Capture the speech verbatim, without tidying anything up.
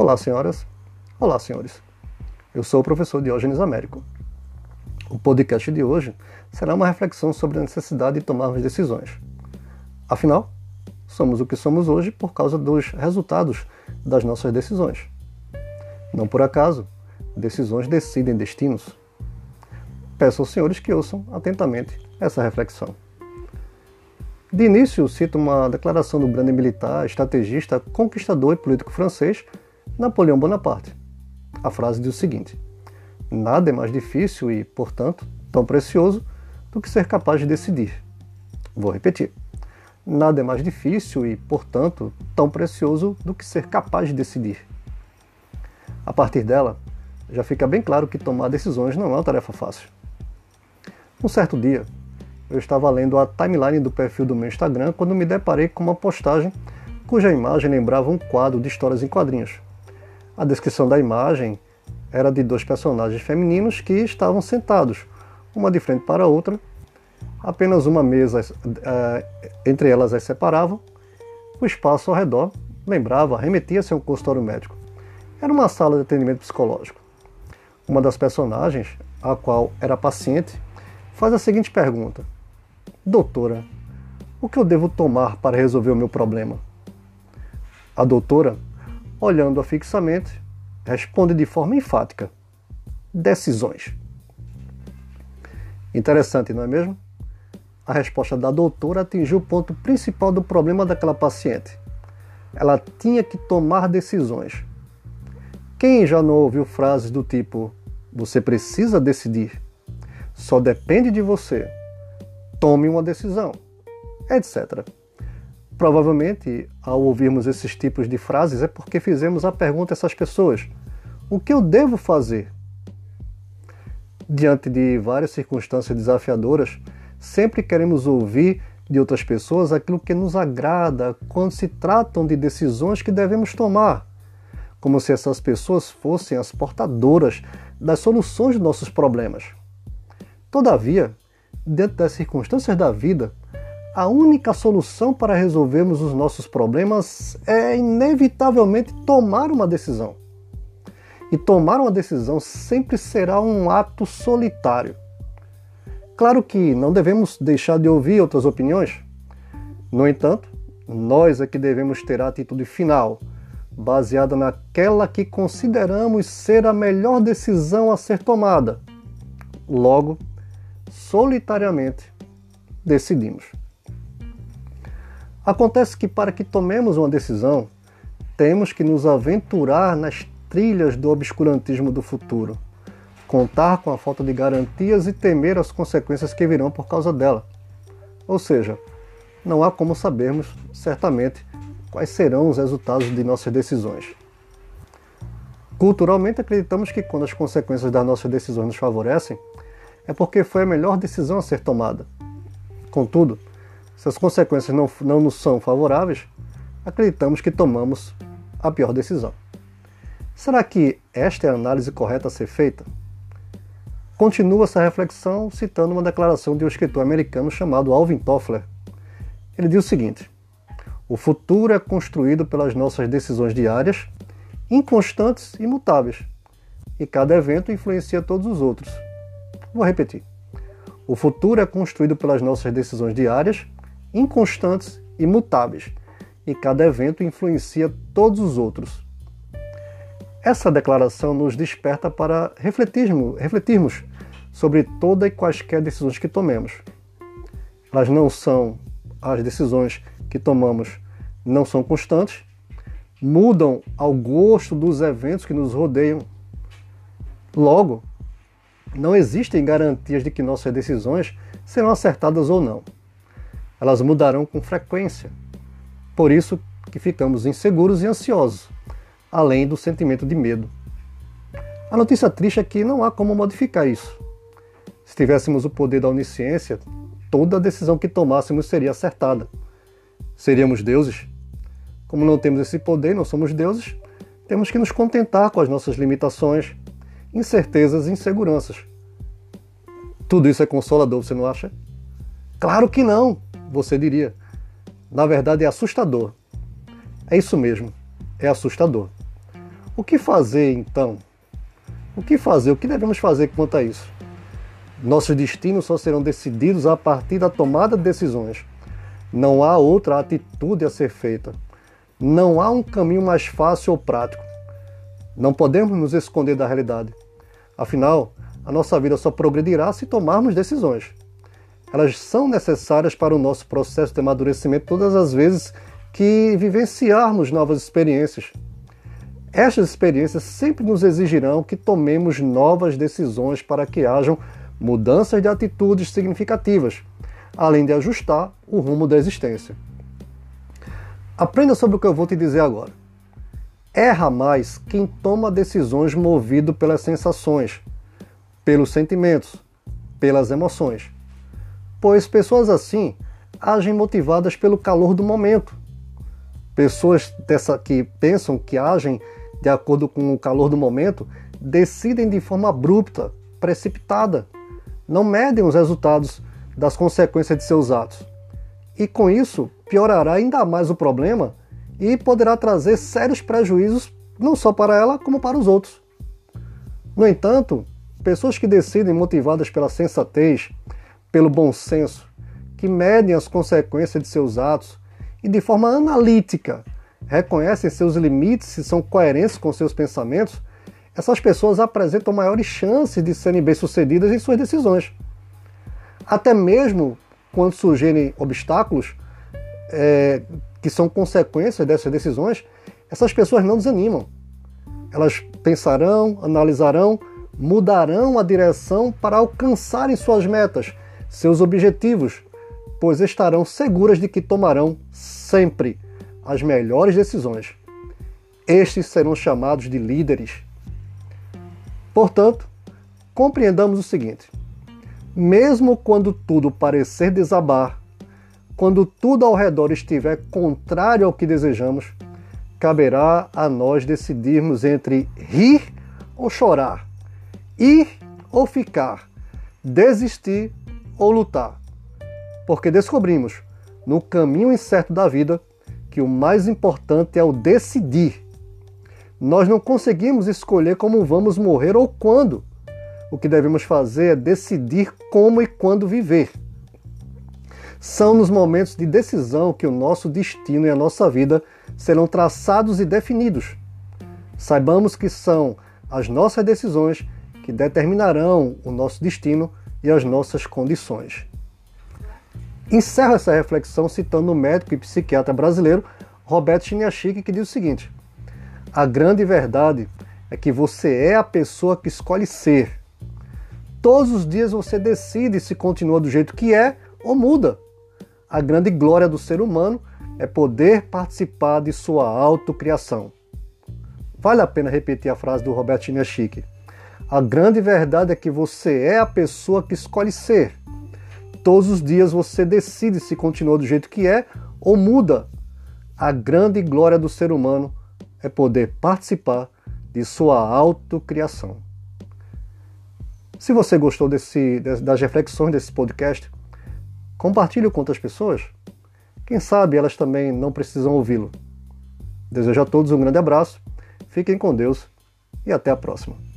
Olá, senhoras. Olá, senhores. Eu sou o professor Diógenes Américo. O podcast de hoje será uma reflexão sobre a necessidade de tomarmos decisões. Afinal, somos o que somos hoje por causa dos resultados das nossas decisões. Não por acaso, decisões decidem destinos. Peço aos senhores que ouçam atentamente essa reflexão. De início, cito uma declaração do grande militar, estrategista, conquistador e político francês, Napoleão Bonaparte. A frase diz o seguinte: nada é mais difícil e, portanto, tão precioso do que ser capaz de decidir. Vou repetir. Nada é mais difícil e, portanto, tão precioso do que ser capaz de decidir. A partir dela, já fica bem claro que tomar decisões não é uma tarefa fácil. Um certo dia, eu estava lendo a timeline do perfil do meu Instagram quando me deparei com uma postagem cuja imagem lembrava um quadro de histórias em quadrinhos. A descrição da imagem era de dois personagens femininos que estavam sentados, uma de frente para a outra. Apenas uma mesa uh, entre elas as separava. O espaço ao redor lembrava, remetia-se a um consultório médico. Era uma sala de atendimento psicológico. Uma das personagens, a qual era paciente, faz a seguinte pergunta: doutora, o que eu devo tomar para resolver o meu problema? A doutora, olhando-a fixamente, responde de forma enfática: decisões. Interessante, não é mesmo? A resposta da doutora atingiu o ponto principal do problema daquela paciente. Ela tinha que tomar decisões. Quem já não ouviu frases do tipo: você precisa decidir, só depende de você, tome uma decisão, etcétera. Provavelmente, ao ouvirmos esses tipos de frases, é porque fizemos a pergunta a essas pessoas: o que eu devo fazer? Diante de várias circunstâncias desafiadoras, sempre queremos ouvir de outras pessoas aquilo que nos agrada quando se tratam de decisões que devemos tomar, como se essas pessoas fossem as portadoras das soluções dos nossos problemas. Todavia, dentro das circunstâncias da vida, a única solução para resolvermos os nossos problemas é, inevitavelmente, tomar uma decisão. E tomar uma decisão sempre será um ato solitário. Claro que não devemos deixar de ouvir outras opiniões. No entanto, nós é que devemos ter a atitude final, baseada naquela que consideramos ser a melhor decisão a ser tomada. Logo, solitariamente, decidimos. Acontece que para que tomemos uma decisão, temos que nos aventurar nas trilhas do obscurantismo do futuro, contar com a falta de garantias e temer as consequências que virão por causa dela. Ou seja, não há como sabermos, certamente, quais serão os resultados de nossas decisões. Culturalmente, acreditamos que quando as consequências das nossas decisões nos favorecem, é porque foi a melhor decisão a ser tomada. Contudo, se as consequências não, não nos são favoráveis, acreditamos que tomamos a pior decisão. Será que esta é a análise correta a ser feita? Continua essa reflexão citando uma declaração de um escritor americano chamado Alvin Toffler. Ele diz o seguinte: o futuro é construído pelas nossas decisões diárias, inconstantes e mutáveis, e cada evento influencia todos os outros. Vou repetir. O futuro é construído pelas nossas decisões diárias, inconstantes e mutáveis, e cada evento influencia todos os outros. Essa declaração nos desperta para refletirmos, refletirmos sobre todas e quaisquer decisões que tomemos. Elas não são, as decisões que tomamos não são constantes, mudam ao gosto dos eventos que nos rodeiam. Logo, não existem garantias de que nossas decisões serão acertadas ou não. Elas mudarão com frequência. Por isso que ficamos inseguros e ansiosos, além do sentimento de medo. A notícia triste é que não há como modificar isso. Se tivéssemos o poder da onisciência, toda decisão que tomássemos seria acertada. Seríamos deuses? Como não temos esse poder, não somos deuses, temos que nos contentar com as nossas limitações, incertezas e inseguranças. Tudo isso é consolador, você não acha? Claro que não, você diria. Na verdade é assustador. É isso mesmo, é assustador. O que fazer então? O que fazer? O que devemos fazer quanto a isso? Nossos destinos só serão decididos a partir da tomada de decisões. Não há outra atitude a ser feita. Não há um caminho mais fácil ou prático. Não podemos nos esconder da realidade. Afinal, a nossa vida só progredirá se tomarmos decisões. Elas são necessárias para o nosso processo de amadurecimento todas as vezes que vivenciarmos novas experiências. Estas experiências sempre nos exigirão que tomemos novas decisões para que hajam mudanças de atitudes significativas, além de ajustar o rumo da existência. Aprenda sobre o que eu vou te dizer agora. Erra mais quem toma decisões movido pelas sensações, pelos sentimentos, pelas emoções. Pois pessoas assim agem motivadas pelo calor do momento. Pessoas dessa que pensam que agem de acordo com o calor do momento decidem de forma abrupta, precipitada. Não medem os resultados das consequências de seus atos. E com isso piorará ainda mais o problema e poderá trazer sérios prejuízos não só para ela, como para os outros. No entanto, pessoas que decidem motivadas pela sensatez, pelo bom senso, que medem as consequências de seus atos e de forma analítica reconhecem seus limites e são coerentes com seus pensamentos, essas pessoas apresentam maiores chances de serem bem-sucedidas em suas decisões. Até mesmo quando surgirem obstáculos é, que são consequências dessas decisões, essas pessoas não desanimam. Elas pensarão, analisarão, mudarão a direção para alcançarem suas metas, seus objetivos, pois estarão seguras de que tomarão sempre as melhores decisões. Estes serão chamados de líderes. Portanto, compreendamos o seguinte: mesmo quando tudo parecer desabar, quando tudo ao redor estiver contrário ao que desejamos, caberá a nós decidirmos entre rir ou chorar, ir ou ficar, desistir ou lutar. Porque descobrimos, no caminho incerto da vida, que o mais importante é o decidir. Nós não conseguimos escolher como vamos morrer ou quando. O que devemos fazer é decidir como e quando viver. São nos momentos de decisão que o nosso destino e a nossa vida serão traçados e definidos. Saibamos que são as nossas decisões que determinarão o nosso destino e as nossas condições. Encerro essa reflexão citando o médico e psiquiatra brasileiro Roberto Chiniachik, que diz o seguinte: a grande verdade é que você é a pessoa que escolhe ser. Todos os dias você decide se continua do jeito que é ou muda. A grande glória do ser humano é poder participar de sua autocriação. Vale a pena repetir a frase do Roberto Chiniachik. A grande verdade é que você é a pessoa que escolhe ser. Todos os dias você decide se continua do jeito que é ou muda. A grande glória do ser humano é poder participar de sua autocriação. Se você gostou desse, das reflexões desse podcast, compartilhe com outras pessoas. Quem sabe elas também não precisam ouvi-lo. Desejo a todos um grande abraço, fiquem com Deus e até a próxima.